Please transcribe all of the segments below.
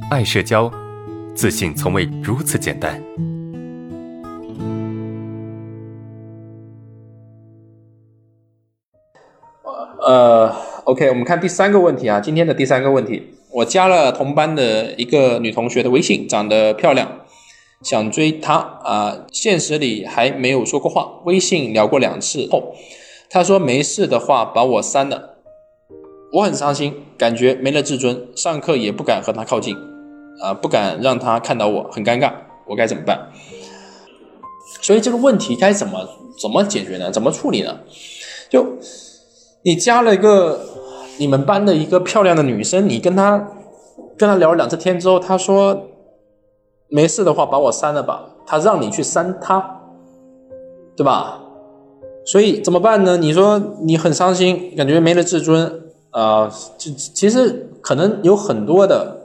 爱社交，自信从未如此简单。 OK， 我们看第三个问题啊，今天的第三个问题，我加了同班的一个女同学的微信，长得漂亮，想追她啊，现实里还没有说过话，微信聊过2次后，她说没事的话把我删了，我很伤心，感觉没了自尊，上课也不敢和她靠近不敢让她看到我，很尴尬，我该怎么办？所以这个问题该怎么解决呢？怎么处理呢？就你加了一个你们班的一个漂亮的女生，你跟她聊了2次天之后，她说没事的话把我删了吧，她让你去删她，对吧？所以怎么办呢？你说你很伤心，感觉没了自尊其实可能有很多的，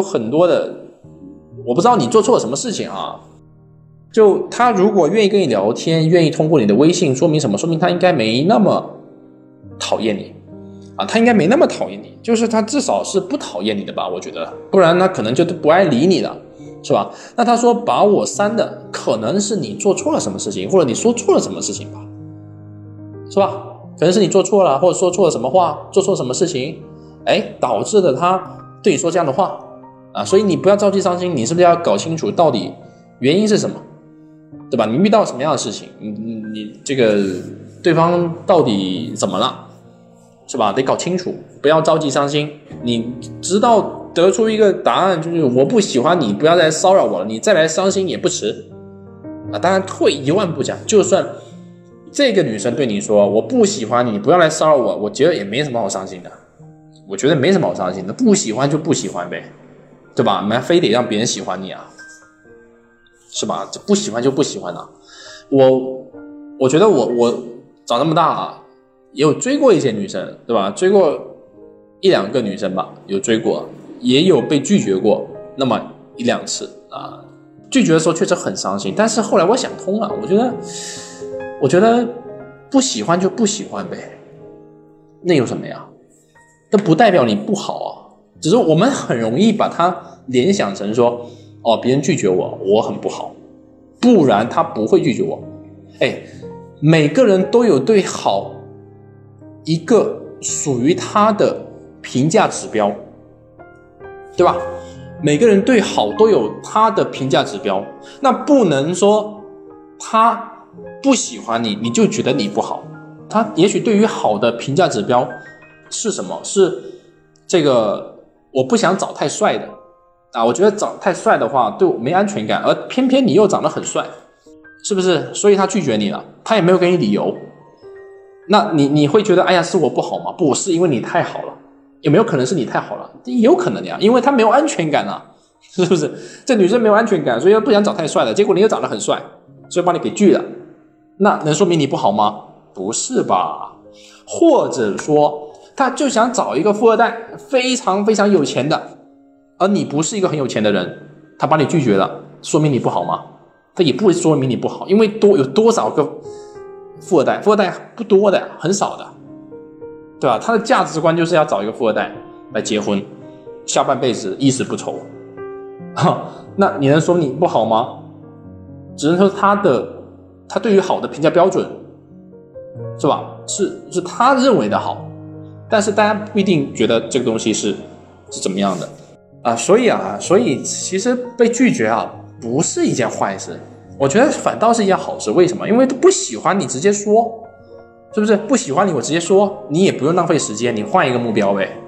我不知道你做错了什么事情啊。就她如果愿意跟你聊天，愿意通过你的微信，说明什么？说明她应该没那么讨厌你他应该没那么讨厌你，就是他至少是不讨厌你的吧，我觉得，不然他可能就不爱理你了，是吧？那他说把我删的，可能是你做错了什么事情，或者你说错了什么事情吧，是吧？可能是你做错了，或者说错了什么话，做错什么事情，导致了他对你说这样的话所以你不要着急伤心，你是不是要搞清楚到底原因是什么，对吧？你遇到什么样的事情，你这个对方到底怎么了？是吧？得搞清楚，不要着急伤心。你直到得出一个答案，就是我不喜欢你，不要再骚扰我了，你再来伤心也不迟当然退1万步讲，就算这个女生对你说我不喜欢你，不要来骚扰我，我觉得也没什么好伤心的。我觉得没什么好伤心的，不喜欢就不喜欢呗，对吧？没非得让别人喜欢你啊，是吧？不喜欢就不喜欢我觉得我长这么大也有追过一些女生，对吧？追过1-2个女生吧，有追过，也有被拒绝过那么1-2次拒绝的时候确实很伤心，但是后来我想通了，我觉得不喜欢就不喜欢呗，那有什么呀？那不代表你不好只是我们很容易把它联想成说别人拒绝我很不好，不然他不会拒绝我。每个人都有对好一个属于他的评价指标，对吧？每个人对好都有他的评价指标，那不能说他不喜欢你，你就觉得你不好。他也许对于好的评价指标是什么？是这个我不想找太帅的我觉得长太帅的话对我没安全感，而偏偏你又长得很帅，是不是？所以他拒绝你了，他也没有给你理由。那你会觉得哎呀是我不好吗？不是，因为你太好了。有没有可能是你太好了？有可能呀，因为他没有安全感是不是？这女生没有安全感，所以不想找太帅的，结果你又长得很帅，所以把你给拒了。那能说明你不好吗？不是吧？或者说他就想找一个富二代，非常非常有钱的，而你不是一个很有钱的人，他把你拒绝了，说明你不好吗？他也不会说明你不好，因为有多少个富二代不多的，很少的，对吧？他的价值观就是要找一个富二代来结婚，下半辈子衣食不愁那你能说你不好吗？只能说他对于好的评价标准是吧？是他认为的好，但是大家不一定觉得这个东西是怎么样的所以其实被拒绝不是一件坏事，我觉得反倒是一件好事。为什么？因为不喜欢你直接说，是不是？不喜欢你我直接说，你也不用浪费时间，你换一个目标呗。